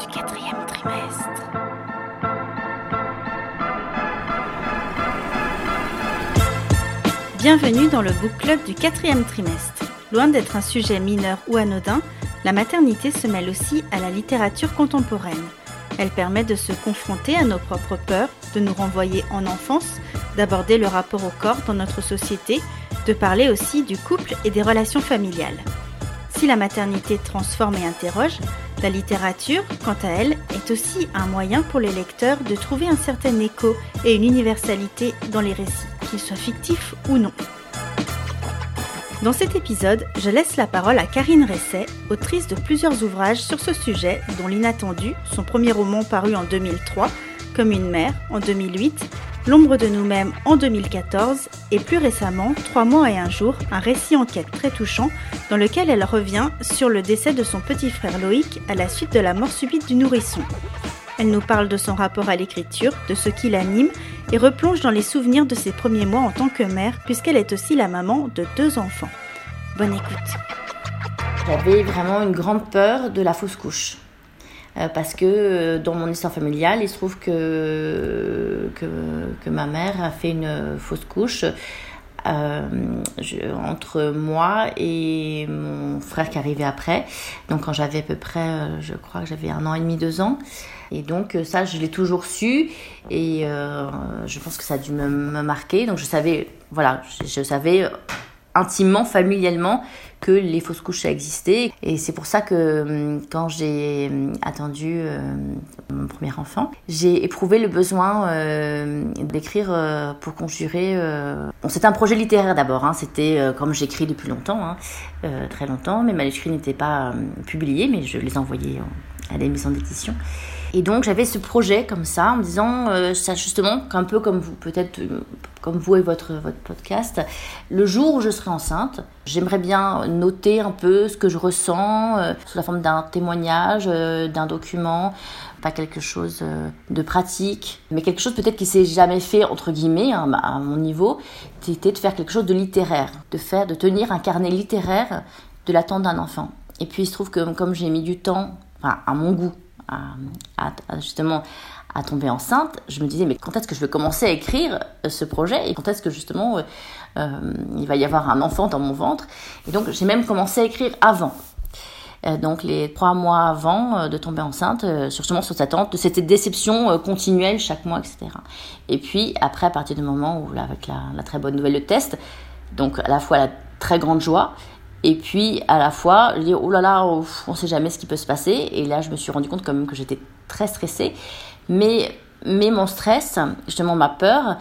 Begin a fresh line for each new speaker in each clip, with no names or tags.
du 4e trimestre. Bienvenue dans le book club du 4e trimestre. Loin d'être un sujet mineur ou anodin, la maternité se mêle aussi à la littérature contemporaine. Elle permet de se confronter à nos propres peurs, de nous renvoyer en enfance, d'aborder le rapport au corps dans notre société, de parler aussi du couple et des relations familiales. Si la maternité transforme et interroge, la littérature, quant à elle, est aussi un moyen pour les lecteurs de trouver un certain écho et une universalité dans les récits, qu'ils soient fictifs ou non. Dans cet épisode, je laisse la parole à Karine Resset, autrice de plusieurs ouvrages sur ce sujet, dont L'Inattendu, son premier roman paru en 2003, Comme une mère en 2008, L'ombre de nous-mêmes en 2014 et plus récemment 3 mois et un jour, un récit enquête très touchant dans lequel elle revient sur le décès de son petit frère Loïc à la suite de la mort subite du nourrisson. Elle nous parle de son rapport à l'écriture, de ce qui l'anime et replonge dans les souvenirs de ses premiers mois en tant que mère puisqu'elle est aussi la maman de 2 enfants. Bonne écoute.
J'avais vraiment une grande peur de la fausse couche. Parce que dans mon histoire familiale, il se trouve que ma mère a fait une fausse couche entre moi et mon frère qui arrivait après. Donc quand j'avais à peu près, je crois que j'avais 1 an et demi, 2 ans. Et donc ça, je l'ai toujours su et je pense que ça a dû me marquer. Donc je savais intimement, familialement, que les fausses couches ça existait. Et c'est pour ça que quand j'ai attendu mon premier enfant, j'ai éprouvé le besoin d'écrire pour conjurer. C'était un projet littéraire d'abord. C'était comme j'écris depuis longtemps, très longtemps. Mes manuscrits n'étaient pas publiés, mais je les envoyais à des maisons d'édition. Et donc j'avais ce projet comme ça, en me disant, ça justement, un peu comme vous, peut-être comme vous et votre podcast, le jour où je serai enceinte, j'aimerais bien noter un peu ce que je ressens sous la forme d'un témoignage, d'un document, pas quelque chose de pratique, mais quelque chose peut-être qui s'est jamais fait, entre guillemets, à mon niveau, c'était de faire quelque chose de littéraire, de tenir un carnet littéraire de l'attente d'un enfant. Et puis il se trouve que comme j'ai mis du temps, à mon goût, justement à tomber enceinte, je me disais mais quand est-ce que je vais commencer à écrire ce projet et quand est-ce que justement il va y avoir un enfant dans mon ventre. Et donc j'ai même commencé à écrire avant, donc les 3 mois avant de tomber enceinte, justement sur cette attente, de cette déception continuelle chaque mois, etc. Et puis après, à partir du moment où là, avec la très bonne nouvelle, le test, donc à la fois la très grande joie et puis à la fois dire oh là là, on ne sait jamais ce qui peut se passer. Et là je me suis rendu compte quand même que j'étais très stressée, mais mon stress, justement ma peur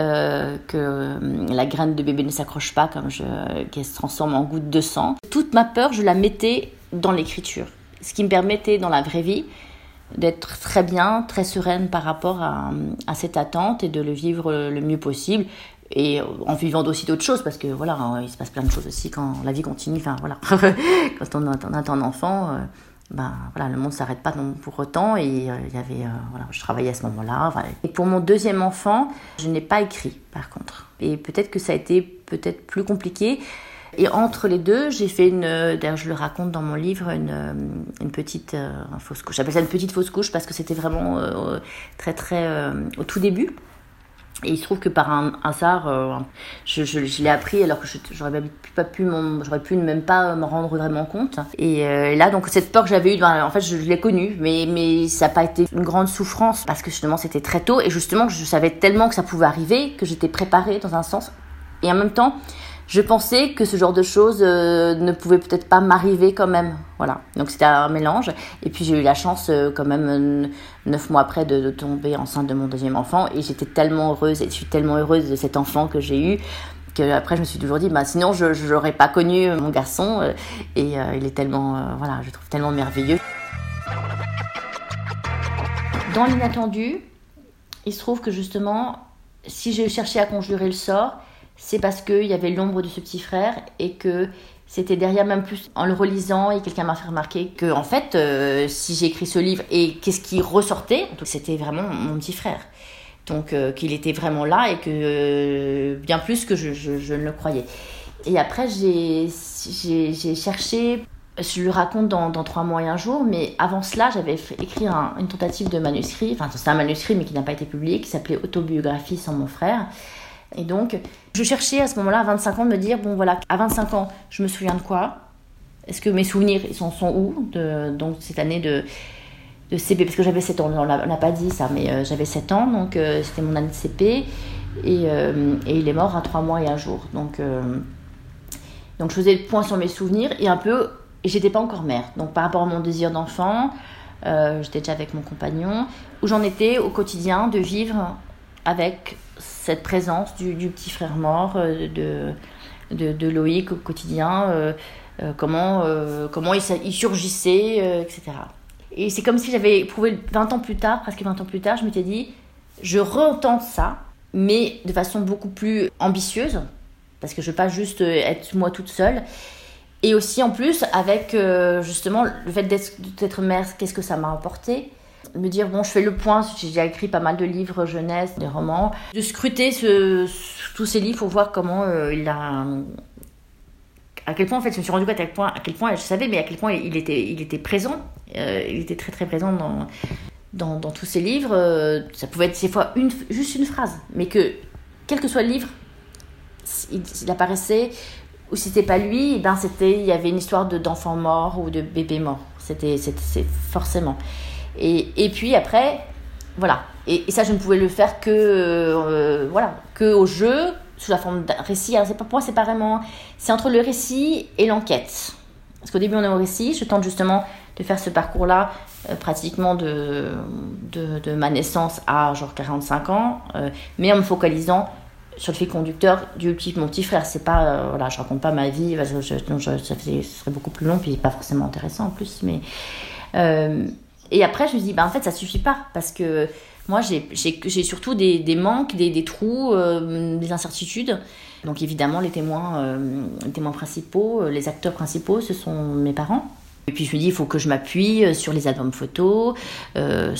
que la graine de bébé ne s'accroche pas qu'elle se transforme en goutte de sang, toute ma peur je la mettais dans l'écriture, ce qui me permettait dans la vraie vie d'être très bien, très sereine par rapport à cette attente et de le vivre le mieux possible. Et en vivant aussi d'autres choses, parce que voilà, il se passe plein de choses aussi quand la vie continue. Enfin voilà, quand on attend un enfant, le monde s'arrête pas pour autant. Et il y avait, je travaillais à ce moment-là. Voilà. Et pour mon 2e enfant, je n'ai pas écrit, par contre. Et peut-être que ça a été plus compliqué. Et entre les deux, j'ai fait d'ailleurs je le raconte dans mon livre, une petite fausse couche. J'appelle ça une petite fausse couche parce que c'était vraiment très très au tout début. Et il se trouve que par un hasard, je l'ai appris alors que j'aurais pu même pas me rendre vraiment compte. Et là, donc cette peur que j'avais eue, en fait, je l'ai connue, mais ça n'a pas été une grande souffrance parce que justement c'était très tôt et justement je savais tellement que ça pouvait arriver que j'étais préparée dans un sens. Et en même temps, je pensais que ce genre de choses ne pouvait peut-être pas m'arriver quand même. Voilà. Donc c'était un mélange. Et puis j'ai eu la chance quand même 9 mois après de tomber enceinte de mon 2e enfant. Et j'étais tellement heureuse et je suis tellement heureuse de cet enfant que j'ai eu qu'après je me suis toujours dit sinon je n'aurais pas connu mon garçon. Et il est tellement, je le trouve tellement merveilleux. Dans L'Inattendu, il se trouve que justement, si j'ai cherché à conjurer le sort, c'est parce qu'il y avait l'ombre de ce petit frère et que c'était derrière, même plus en le relisant, et quelqu'un m'a fait remarquer que en fait, si j'ai écrit ce livre et qu'est-ce qui ressortait, c'était vraiment mon petit frère. Donc qu'il était vraiment là et que bien plus que je ne le croyais. Et après j'ai cherché Je le raconte dans 3 mois et un jour, mais avant cela, j'avais écrit une tentative de manuscrit, enfin c'est un manuscrit mais qui n'a pas été publié, qui s'appelait Autobiographie sans mon frère. Et donc, je cherchais à ce moment-là, à 25 ans, de me dire, bon voilà, à 25 ans, je me souviens de quoi ? Est-ce que mes souvenirs, ils sont où donc cette année de CP, parce que j'avais 7 ans, on l'a pas dit ça, mais j'avais 7 ans, donc c'était mon année de CP, et il est mort à 3 mois et un jour. Donc je faisais le point sur mes souvenirs, et j'étais pas encore mère. Donc par rapport à mon désir d'enfant, j'étais déjà avec mon compagnon, où j'en étais au quotidien de vivre avec cette présence du petit frère mort, de Loïc au quotidien, comment il surgissait, etc. Et c'est comme si j'avais éprouvé 20 ans plus tard, presque 20 ans plus tard, je m'étais dit, je retente ça, mais de façon beaucoup plus ambitieuse, parce que je ne veux pas juste être moi toute seule. Et aussi en plus avec justement le fait d'être mère, qu'est-ce que ça m'a apporté ? Me dire, bon, je fais le point, j'ai déjà écrit pas mal de livres jeunesse, des romans, de scruter tous ces livres pour voir comment il a... À quel point, en fait, je me suis rendu compte à quel point je savais, mais à quel point il était présent. Il était très, très présent dans tous ces livres. Ça pouvait être des fois juste une phrase, mais que, quel que soit le livre, il apparaissait, ou si c'était pas lui, il y avait une histoire d'enfant mort ou de bébé mort. C'était forcément. Et puis après, voilà. Et ça, je ne pouvais le faire que au jeu, sous la forme d'un récit. Alors, pour moi, c'est pas vraiment... C'est entre le récit et l'enquête. Parce qu'au début, on est au récit. Je tente justement de faire ce parcours-là, pratiquement de ma naissance à genre 45 ans, mais en me focalisant sur le fil conducteur de mon petit frère. C'est pas... je raconte pas ma vie, parce que ce serait beaucoup plus long, puis pas forcément intéressant en plus. Mais... et après, je me dis, en fait, ça suffit pas, parce que moi, j'ai surtout des manques, des trous, des incertitudes. Donc, évidemment, les témoins principaux, les acteurs principaux, ce sont mes parents. Et puis, je me dis, il faut que je m'appuie sur les albums photos, et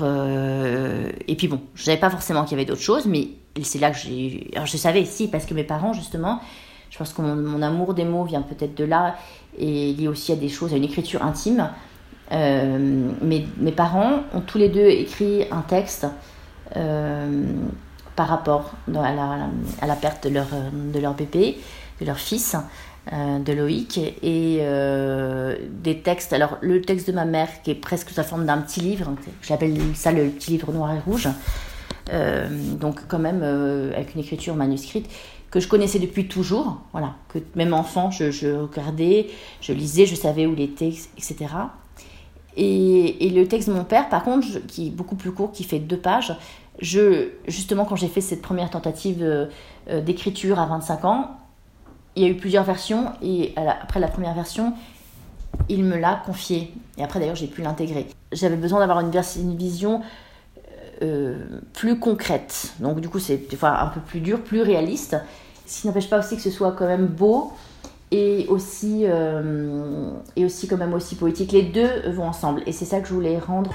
puis bon, je savais pas forcément qu'il y avait d'autres choses, mais c'est là que Alors, je savais, si, parce que mes parents, justement, je pense que mon amour des mots vient peut-être de là, et lié aussi à des choses, à une écriture intime. Mes parents ont tous les deux écrit un texte par rapport à la perte de leur bébé, de leur fils, de Loïc, et des textes. Alors le texte de ma mère qui est presque sous la forme d'un petit livre, j'appelle ça le petit livre noir et rouge, donc quand même avec une écriture manuscrite que je connaissais depuis toujours, voilà, que même enfant je regardais, je lisais, je savais où il était, etc. Et le texte de mon père, par contre, qui est beaucoup plus court, qui fait 2 pages, justement, quand j'ai fait cette première tentative d'écriture à 25 ans, il y a eu plusieurs versions, et après la première version, il me l'a confié. Et après, d'ailleurs, j'ai pu l'intégrer. J'avais besoin d'avoir une vision plus concrète. Donc, du coup, c'est des fois un peu plus dur, plus réaliste. Ce qui n'empêche pas aussi que ce soit quand même beau, et aussi quand même aussi poétique. Les deux vont ensemble, et c'est ça que je voulais rendre.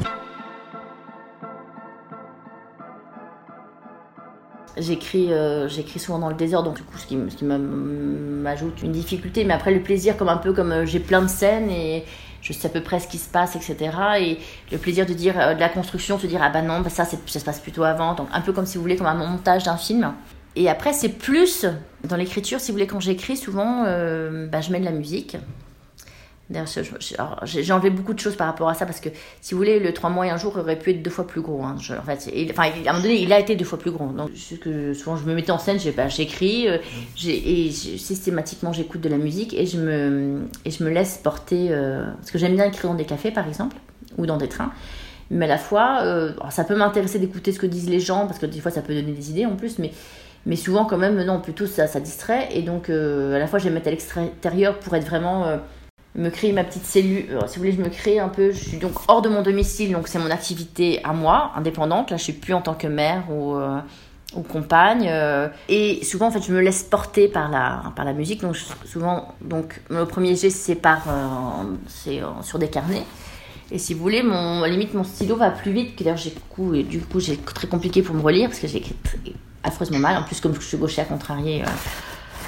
J'écris souvent dans le désordre, donc du coup ce qui m'ajoute une difficulté, mais après le plaisir, comme j'ai plein de scènes et je sais à peu près ce qui se passe, etc. Et le plaisir de dire de la construction, de se dire ça se passe plutôt avant, donc un peu comme si vous voulez comme un montage d'un film. Et après, c'est plus dans l'écriture, si vous voulez, quand j'écris, souvent, je mets de la musique. D'ailleurs, j'ai enlevé beaucoup de choses par rapport à ça, parce que, si vous voulez, le 3 mois et un jour aurait pu être 2 fois plus gros. À un moment donné, il a été 2 fois plus gros. Donc, souvent, je me mettais en scène, j'écris, et systématiquement, j'écoute de la musique, et je me laisse porter... parce que j'aime bien écrire dans des cafés, par exemple, ou dans des trains. Mais à la fois, ça peut m'intéresser d'écouter ce que disent les gens, parce que des fois, ça peut donner des idées en plus, mais souvent quand même non, plutôt ça distrait, et donc à la fois je vais me mettre à l'extérieur pour être vraiment me créer ma petite cellule. Si vous voulez, je me crée un peu, je suis donc hors de mon domicile, donc c'est mon activité à moi, indépendante. Là, je suis plus en tant que mère ou compagne, et souvent en fait je me laisse porter par la musique. Donc souvent, le premier geste c'est sur des carnets. Et si vous voulez, limite mon stylo va plus vite, que d'ailleurs du coup j'ai très compliqué pour me relire, parce que j'écris affreusement mal. En plus, comme je suis gauchère contrariée,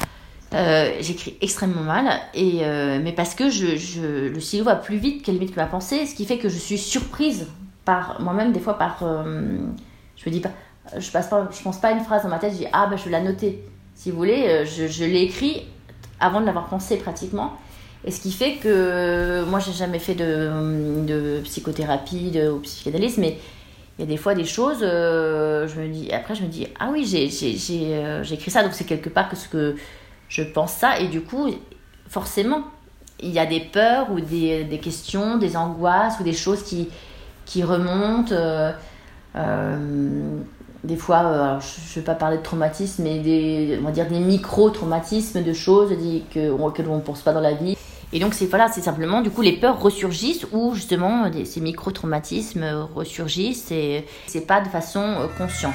J'écris extrêmement mal, mais parce que le stylo va plus vite qu'à limite que ma pensée, ce qui fait que je suis surprise par moi-même, des fois je me dis pas, je pense pas à une phrase dans ma tête, je dis je vais la noter. Si vous voulez, je l'ai écrit avant de l'avoir pensé pratiquement. Et ce qui fait que moi, j'ai jamais fait de psychothérapie ou psychanalyse, mais il y a des fois des choses, je me dis, ah oui, j'ai écrit ça, donc c'est quelque part que ce que je pense ça, et du coup, forcément, il y a des peurs ou des questions, des angoisses ou des choses qui remontent. Des fois, je ne vais pas parler de traumatisme, mais on va dire des micro-traumatismes de choses auxquelles on ne pense pas dans la vie. Et donc, c'est simplement, du coup, les peurs ressurgissent ou justement, ces micro-traumatismes ressurgissent et c'est pas de façon consciente.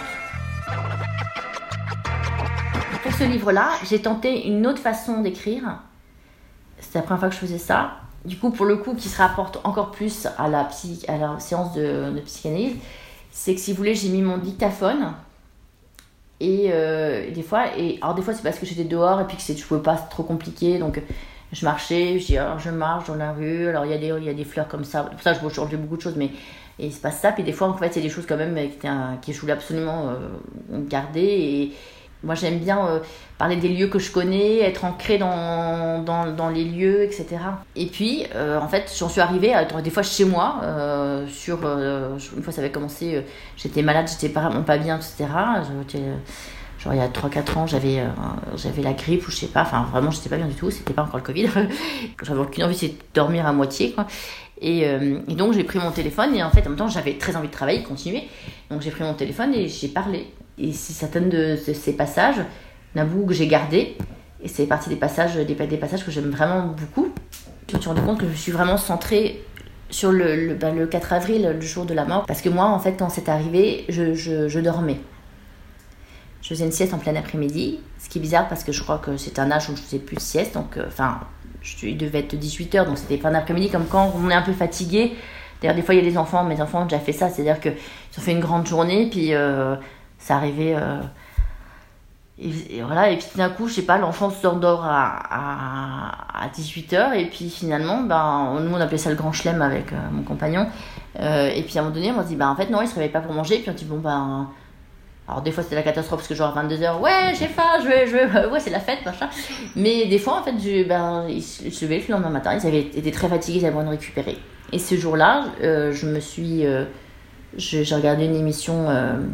Pour ce livre-là, j'ai tenté une autre façon d'écrire. C'était la première fois que je faisais ça. Du coup, pour le coup, qui se rapporte encore plus à la séance de psychanalyse, c'est que si vous voulez, j'ai mis mon dictaphone et des fois c'est parce que j'étais dehors et puis que je pouvais pas, c'est trop compliqué, donc je marchais, je marche dans la rue, alors il y a des fleurs comme ça, pour ça je changeais beaucoup de choses, mais et il se passe ça, puis des fois en fait c'est des choses quand même que je voulais absolument garder, et moi j'aime bien parler des lieux que je connais, être ancrée dans les lieux, etc. Et puis en fait j'en suis arrivée à être des fois chez moi, une fois ça avait commencé, j'étais malade, j'étais vraiment pas bien, etc. Genre il y a 3-4 ans j'avais la grippe ou je sais pas, enfin vraiment j'étais pas bien du tout, c'était pas encore le Covid. J'avais aucune envie, c'est de dormir à moitié quoi. Et donc j'ai pris mon téléphone et en fait en même temps j'avais très envie de travailler, de continuer, donc j'ai pris mon téléphone et j'ai parlé. Et c'est certains de ces passages, il y en a beaucoup que j'ai gardés, et c'est partie des passages que j'aime vraiment beaucoup. Je me suis rendu compte que je suis vraiment centrée sur le 4 avril, le jour de la mort, parce que moi en fait quand c'est arrivé, je dormais. Je faisais une sieste en plein après-midi, ce qui est bizarre parce que je crois que c'est un âge où je faisais plus de sieste, donc il devait être 18h, donc c'était fin d'après-midi, comme quand on est un peu fatigué. D'ailleurs des fois il y a mes enfants ont déjà fait ça, c'est-à-dire qu'ils ont fait une grande journée, puis ça arrivait et voilà, et puis d'un coup je sais pas, l'enfant s'endort à 18h, et puis finalement nous on appelait ça le grand chelem avec mon compagnon, et puis à un moment donné on se dit en fait non, il se réveille pas pour manger, puis on dit alors des fois c'était la catastrophe parce que genre à 22h, ouais j'ai faim, je veux ouais c'est la fête machin, mais des fois en fait ils se levaient le lendemain matin, ils avaient été très fatigués, ils avaient besoin de récupérer. Et ce jour-là j'ai regardé une émission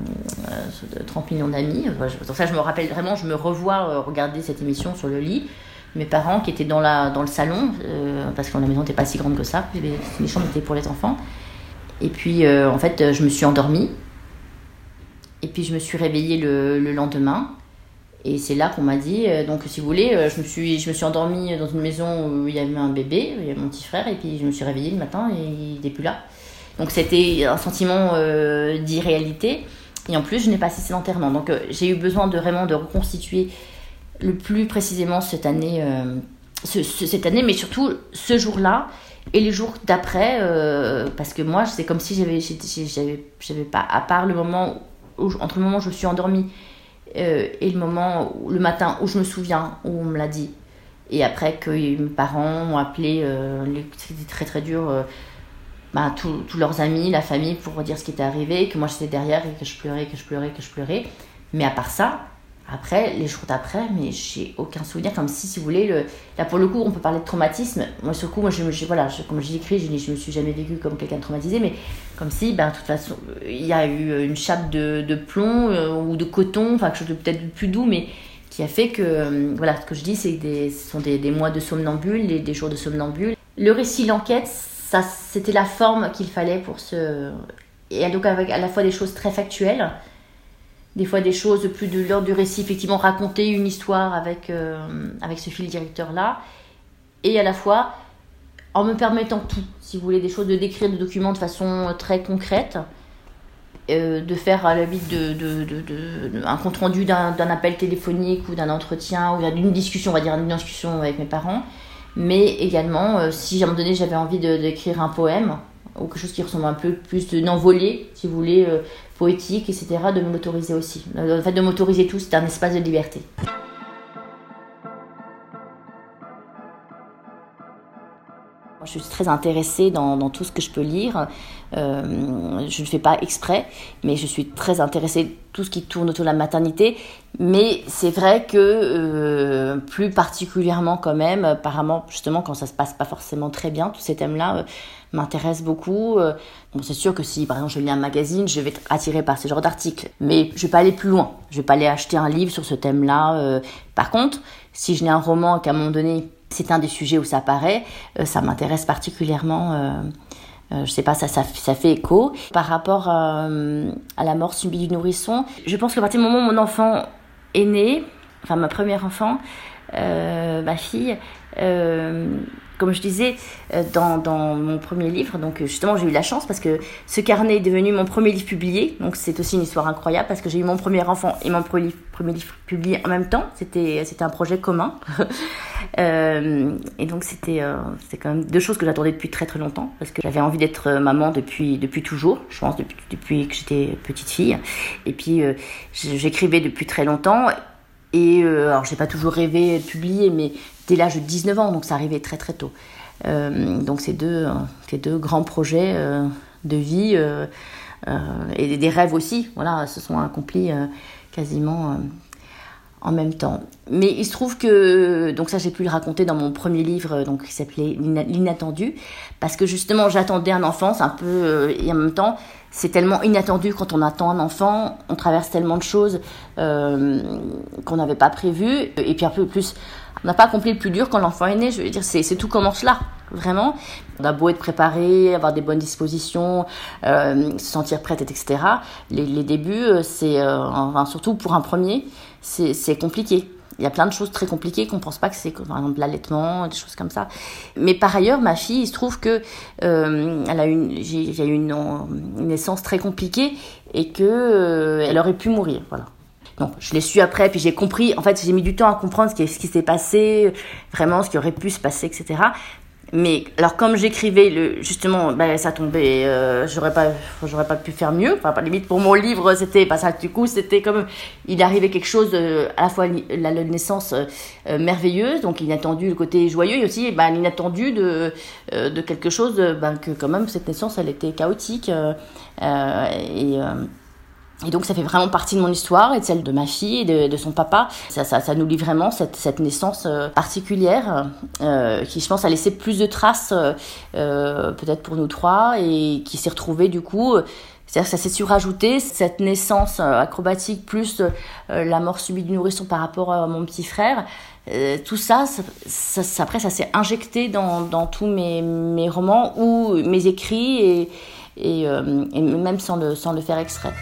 de 30 millions d'amis. Donc ça, je me rappelle vraiment, je me revois regarder cette émission sur le lit. Mes parents qui étaient dans le salon, parce que la maison n'était pas si grande que ça. Les chambres étaient pour les enfants. Et puis, en fait, je me suis endormie. Et puis, je me suis réveillée le lendemain. Et c'est là qu'on m'a dit, donc si vous voulez, je me suis endormie dans une maison où il y avait un bébé, il y avait mon petit frère, et puis je me suis réveillée le matin et il n'était plus là. Donc c'était un sentiment d'irréalité, et en plus je n'ai pas assisté à l'enterrement. Donc j'ai eu besoin vraiment de reconstituer le plus précisément cette année, mais surtout ce jour-là et les jours d'après, parce que moi c'est comme si j'avais pas, à part entre le moment où je suis endormie et le matin où je me souviens, où on me l'a dit, et après que mes parents m'ont appelé, c'était très très dur, tous leurs amis, la famille, pour dire ce qui était arrivé, que moi j'étais derrière et que je pleurais. Mais à part ça, après, les jours d'après, mais j'ai aucun souvenir, comme si vous voulez, là pour le coup, on peut parler de traumatisme. Moi, sur le coup, comme j'ai écrit, je me suis jamais vécue comme quelqu'un de traumatisé, mais comme si, de toute façon, il y a eu une chape de plomb ou de coton, quelque chose de peut-être plus doux, mais qui a fait que, ce que je dis, ce sont des mois de somnambule, des jours de somnambule. Le récit, l'enquête, ça, c'était la forme qu'il fallait pour et donc avec à la fois des choses très factuelles, des fois des choses plus de l'ordre du récit, effectivement raconter une histoire avec ce fil directeur là, et à la fois en me permettant tout, si vous voulez, des choses, de décrire des documents de façon très concrète, de faire à la limite un compte rendu d'un appel téléphonique ou d'un entretien ou d'une discussion, on va dire une discussion avec mes parents, mais également si à un moment donné j'avais envie d'écrire un poème ou quelque chose qui ressemble un peu plus d'une envolée, si vous voulez, poétique, etc., de me l'autoriser aussi. En fait, de m'autoriser tout, c'est un espace de liberté. Je suis très intéressée dans tout ce que je peux lire. Je ne fais pas exprès, mais je suis très intéressée tout ce qui tourne autour de la maternité. Mais c'est vrai que plus particulièrement quand même, apparemment justement quand ça se passe pas forcément très bien, tous ces thèmes-là m'intéressent beaucoup. Bon, c'est sûr que si par exemple je lis un magazine, je vais être attirée par ce genre d'articles. Mais je vais pas aller plus loin. Je vais pas aller acheter un livre sur ce thème-là. Par contre, si je lis un roman et qu'à un moment donné, c'est un des sujets où ça apparaît, ça m'intéresse particulièrement. Je sais pas, ça fait écho. Par rapport à la mort subie du nourrisson, je pense qu'à partir du moment où mon enfant est né, enfin ma première enfant, ma fille, comme je disais dans mon premier livre, donc justement j'ai eu la chance parce que ce carnet est devenu mon premier livre publié, donc c'est aussi une histoire incroyable parce que j'ai eu mon premier enfant et mon premier livre publié en même temps, c'était un projet commun. Et donc c'était quand même deux choses que j'attendais depuis très très longtemps parce que j'avais envie d'être maman depuis toujours, je pense depuis que j'étais petite fille, et puis j'écrivais depuis très longtemps. Et alors j'ai pas toujours rêvé de publier, mais dès l'âge de 19 ans, donc ça arrivait très très tôt. Donc ces deux grands projets de vie et des rêves aussi, voilà, se sont accomplis quasiment en même temps. Mais il se trouve que, donc ça j'ai pu le raconter dans mon premier livre, donc qui s'appelait L'inattendu, parce que justement j'attendais un enfant, c'est un peu, et en même temps c'est tellement inattendu quand on attend un enfant, on traverse tellement de choses qu'on n'avait pas prévues, et puis un peu plus, on n'a pas accompli le plus dur quand l'enfant est né, je veux dire, c'est tout commence là, vraiment. On a beau être préparé, avoir des bonnes dispositions, se sentir prête, etc. Les débuts, enfin, surtout pour un premier, c'est compliqué. Il y a plein de choses très compliquées qu'on ne pense pas que c'est, par exemple l'allaitement, des choses comme ça. Mais par ailleurs, ma fille, il se trouve que j'ai eu une naissance très compliquée et que elle aurait pu mourir, voilà. Donc, je l'ai su après, puis j'ai compris. En fait, j'ai mis du temps à comprendre ce qui s'est passé, vraiment ce qui aurait pu se passer, etc. Mais alors comme j'écrivais justement, ça tombait, j'aurais pas pu faire mieux. Enfin, limite pour mon livre, c'était pas ça. Du coup, c'était comme il arrivait quelque chose, à la fois la naissance merveilleuse, donc inattendu, le côté joyeux, et aussi l'inattendu de quelque chose, que quand même cette naissance, elle était chaotique et donc ça fait vraiment partie de mon histoire et de celle de ma fille et de son papa. Ça nous lit vraiment cette naissance particulière qui, je pense, a laissé plus de traces peut-être pour nous trois et qui s'est retrouvée du coup. C'est-à-dire que ça s'est surajouté, cette naissance acrobatique plus la mort subie du nourrisson par rapport à mon petit frère. Tout ça, après, ça s'est injecté dans tous mes romans ou mes écrits et même sans le faire exprès.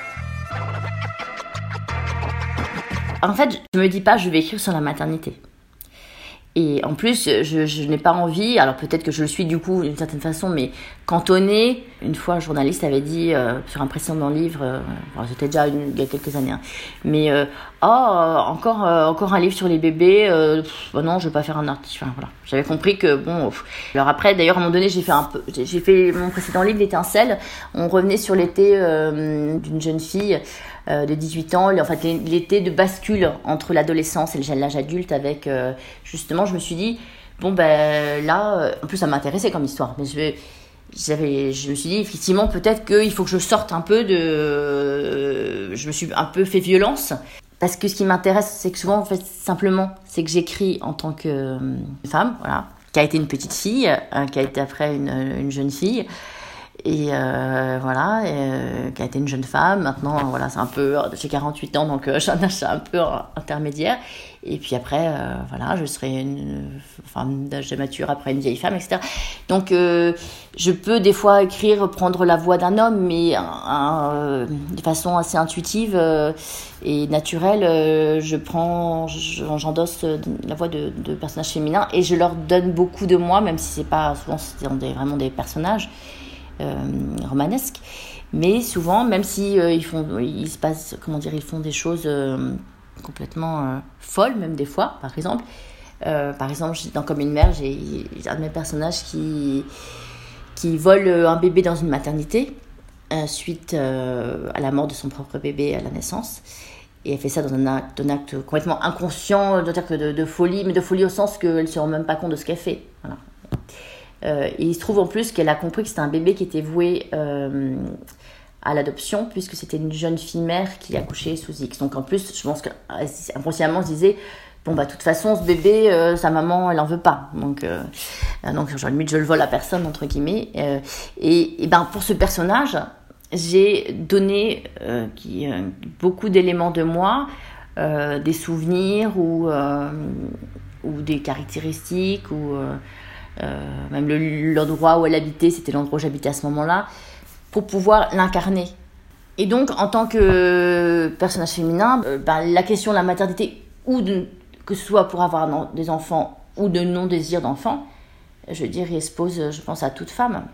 En fait, je me dis pas je vais écrire sur la maternité. Et en plus, je n'ai pas envie, alors peut-être que je le suis du coup d'une certaine façon, mais cantonnée. Une fois, un journaliste avait dit sur un précédent livre, c'était déjà il y a quelques années, hein, mais encore un livre sur les bébés, non, je vais pas faire un article. Enfin, voilà. J'avais compris que bon. Alors après, d'ailleurs, à un moment donné, j'ai fait mon précédent livre, L'Étincelle. On revenait sur l'été d'une jeune fille de 18 ans, en fait l'été de bascule entre l'adolescence et l'âge adulte avec justement, je me suis dit là, en plus ça m'intéressait comme histoire, mais je me suis dit effectivement peut-être qu'il faut que je sorte un peu je me suis un peu fait violence parce que ce qui m'intéresse c'est que souvent en fait simplement c'est que j'écris en tant que femme, voilà, qui a été une petite fille, qui a été après une jeune fille. Et qui a été une jeune femme. Maintenant, voilà, c'est un peu, j'ai 48 ans, donc j'ai un âge un peu intermédiaire. Et puis après, je serai une femme d'âge mature, après une vieille femme, etc. Donc, je peux des fois prendre la voix d'un homme, mais de façon assez intuitive et naturelle, j'endosse la voix de personnages féminins et je leur donne beaucoup de moi, même si c'est pas souvent vraiment des personnages romanesques, mais souvent même si ils font des choses complètement folles, même des fois. Par exemple dans Comme une mère, j'ai un de mes personnages qui vole un bébé dans une maternité suite à la mort de son propre bébé à la naissance, et elle fait ça dans un acte complètement inconscient, de folie, mais de folie au sens qu'elle ne se rend même pas compte de ce qu'elle fait, voilà. Et il se trouve en plus qu'elle a compris que c'était un bébé qui était voué à l'adoption, puisque c'était une jeune fille mère qui accouchait sous X. Donc en plus, je pense qu'inconsciemment, on se disait, bon, bah, de toute façon, ce bébé, sa maman, elle en veut pas. Donc genre, limite, je le vole à personne, entre guillemets. Et ben, pour ce personnage, j'ai donné beaucoup d'éléments de moi, des souvenirs ou des caractéristiques, ou même l'endroit où elle habitait, c'était l'endroit où j'habitais à ce moment-là, pour pouvoir l'incarner. Et donc, en tant que personnage féminin, la question de la maternité, que ce soit pour avoir des enfants ou de non-désir d'enfants, je dirais, se pose, je pense, à toute femme.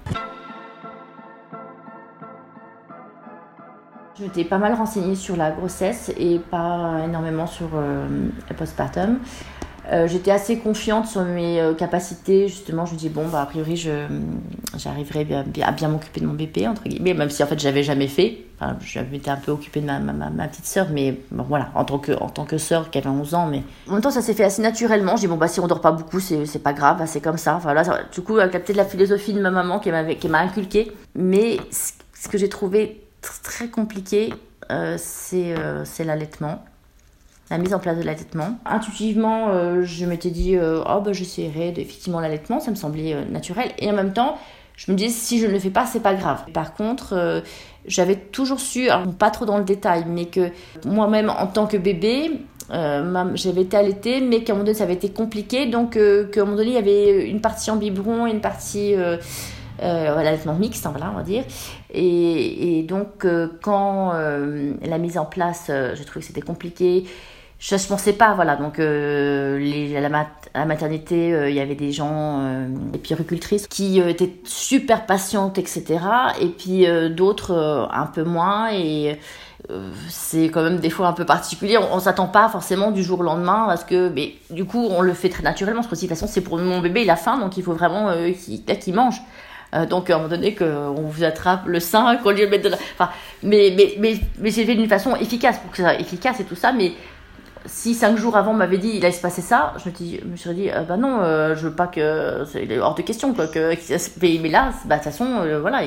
Je m'étais pas mal renseignée sur la grossesse et pas énormément sur le postpartum. J'étais assez confiante sur mes capacités, justement. Je me dis, a priori, j'arriverai à bien m'occuper de mon bébé, entre guillemets, même si en fait, j'avais jamais fait. Enfin, je m'étais un peu occupée de ma petite sœur, mais bon, voilà, en tant que sœur qui avait 11 ans. Mais en même temps, ça s'est fait assez naturellement. Je dis, si on dort pas beaucoup, c'est pas grave, c'est comme ça. Enfin, là, du coup, elle a capté de la philosophie de ma maman qui m'a inculquée. Mais ce que j'ai trouvé très compliqué, c'est l'allaitement. La mise en place de l'allaitement. Intuitivement, je m'étais dit, j'essaierai effectivement l'allaitement, ça me semblait naturel. Et en même temps, je me disais, si je ne le fais pas, c'est pas grave. Par contre, j'avais toujours su, alors pas trop dans le détail, mais que moi-même, en tant que bébé, j'avais été allaitée, mais qu'à un moment donné, ça avait été compliqué. Donc, qu'à un moment donné, il y avait une partie en biberon et une partie l'allaitement mixte, on va dire. Et donc, quand la mise en place, j'ai trouvé que c'était compliqué. Je ne pensais pas, voilà. Donc, à la maternité, il y avait des gens, des puéricultrices, qui étaient super patientes, etc. Et puis d'autres, un peu moins. Et c'est quand même des fois un peu particulier. On ne s'attend pas forcément du jour au lendemain, parce que, mais, du coup, on le fait très naturellement. Parce que de toute façon, c'est pour mon bébé, il a faim, donc il faut vraiment qu'il mange. Donc à un moment donné qu'on vous attrape le sein, qu'on lui mette de la... Enfin, mais j'ai fait d'une façon efficace, pour que ça soit efficace et tout ça. Mais si 5 jours avant on m'avait dit il allait se passer ça, je me suis dit non, je veux pas que... Il est hors de question, quoi. Mais là, de toute façon, voilà,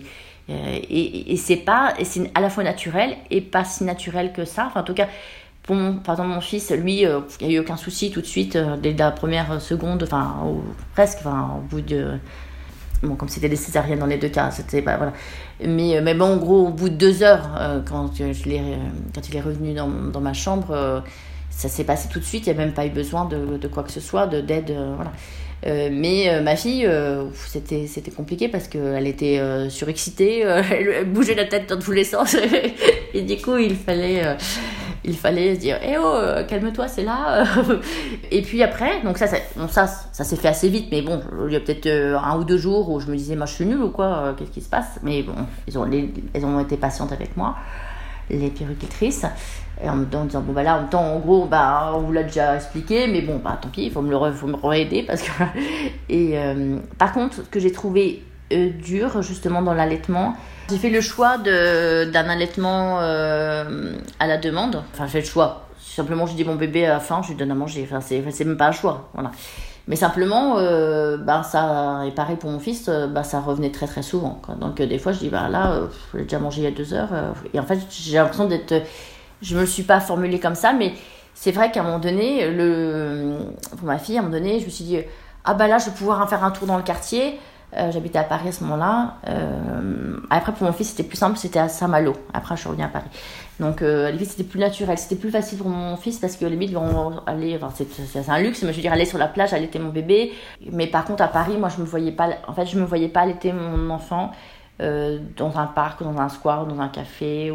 et c'est à la fois naturel et pas si naturel que ça. Enfin, en tout cas, par exemple, mon fils, lui, il n'y a eu aucun souci tout de suite, dès la première seconde, enfin, ou presque, enfin, au bout de... Bon, comme c'était des césariennes dans les deux cas, c'était voilà. Mais bon, en gros, au bout de 2 heures, quand il est revenu dans ma chambre, ça s'est passé tout de suite. Il n'y a même pas eu besoin de quoi que ce soit, d'aide, voilà. Mais ma fille, c'était compliqué parce qu'elle était surexcitée, elle bougeait la tête dans tous les sens. Et du coup, il fallait se dire calme-toi, c'est là. Et puis après, donc ça s'est fait assez vite, mais bon, il y a peut-être 1 ou 2 jours où je me disais, moi je suis nulle ou quoi, qu'est-ce qui se passe? Mais bon, elles ont été patientes avec moi, les puéricultrices, et en me disant là, en même temps, en gros, on vous l'a déjà expliqué, mais bon, tant pis, il faut me réaider parce que... Et par contre, ce que j'ai trouvé dur justement dans l'allaitement, j'ai fait le choix d'un allaitement à la demande. Enfin, j'ai fait le choix. Simplement, je dis mon bébé a faim, je lui donne à manger. Enfin, c'est même pas un choix, voilà. Mais simplement, ça, et pareil pour mon fils, ça revenait très très souvent, quoi. Donc des fois, je dis j'ai déjà mangé il y a 2 heures. Et en fait, j'ai l'impression d'être... Je me le suis pas formulée comme ça, mais c'est vrai qu'à un moment donné, pour ma fille, à un moment donné, je me suis dit, là, je vais pouvoir faire un tour dans le quartier. J'habitais à Paris à ce moment-là. Après, pour mon fils, c'était plus simple, c'était à Saint-Malo. Après, je suis revenue à Paris. Donc, à limite, c'était plus naturel. C'était plus facile pour mon fils parce que, limite, c'est un luxe. Mais je veux dire, aller sur la plage, allaiter mon bébé. Mais par contre, à Paris, moi, je me voyais pas allaiter mon enfant dans un parc, dans un square, dans un café.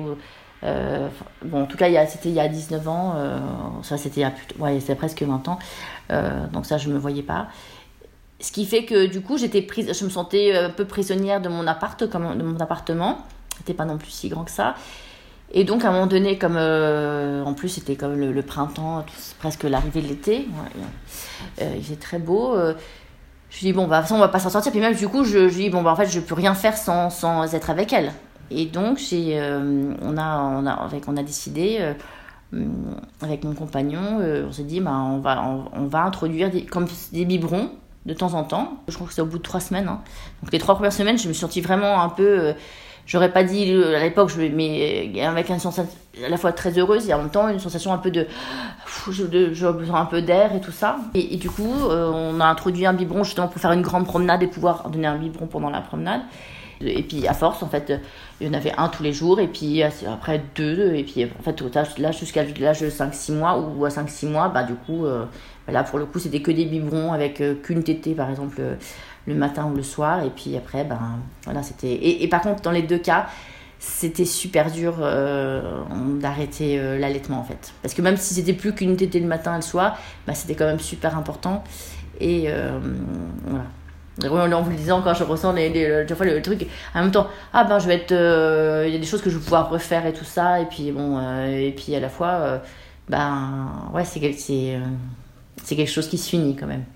En tout cas, c'était il y a 19 ans. Ça, c'était c'était presque 20 ans. Donc ça, je me voyais pas. Ce qui fait que du coup, je me sentais un peu prisonnière de mon appartement. C'était pas non plus si grand que ça. Et donc, à un moment donné, comme en plus c'était comme le printemps, presque l'arrivée de l'été, il faisait très beau. Je me suis dit, de toute façon, on va pas s'en sortir. Puis même, du coup, je dis, en fait, je peux rien faire sans être avec elle. Et donc, on a décidé, avec mon compagnon, on s'est dit, on va introduire comme des biberons de temps en temps. Je crois que c'est au bout de 3 semaines. Hein. Donc les 3 premières semaines, je me suis sentie vraiment un peu... j'aurais pas dit à l'époque, mais avec une sensation à la fois très heureuse et en même temps une sensation un peu je besoin un peu d'air et tout ça. Et du coup, on a introduit un biberon justement pour faire une grande promenade et pouvoir donner un biberon pendant la promenade. Et puis à force, en fait, il y en avait un tous les jours, et puis après 2, et puis en fait, là jusqu'à l'âge de 5-6 mois, ou à 5-6 mois, du coup, là pour le coup, c'était que des biberons avec qu'une tétée, par exemple, le matin ou le soir, et puis après, voilà, c'était... Et par contre, dans les 2 cas, c'était super dur d'arrêter l'allaitement, en fait. Parce que même si c'était plus qu'une tétée le matin et le soir, c'était quand même super important, et voilà. En vous le disant, quand je ressens des fois le truc, en même temps, je vais être, il y a des choses que je vais pouvoir refaire et tout ça, et puis et puis à la fois, ouais, c'est quelque chose qui se finit quand même.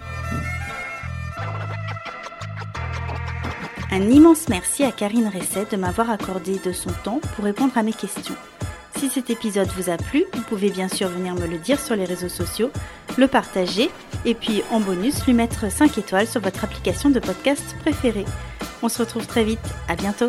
Un immense merci à Karine Resset de m'avoir accordé de son temps pour répondre à mes questions. Si cet épisode vous a plu, vous pouvez bien sûr venir me le dire sur les réseaux sociaux, le partager et puis en bonus lui mettre 5 étoiles sur votre application de podcast préférée. On se retrouve très vite, à bientôt.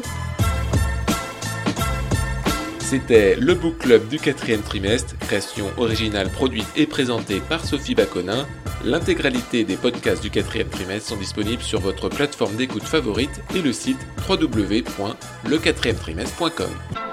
C'était le Book Club du 4e trimestre, création originale produite et présentée par Sophie Baconin. L'intégralité des podcasts du 4e trimestre sont disponibles sur votre plateforme d'écoute favorite et le site www.le4etrimestre.com.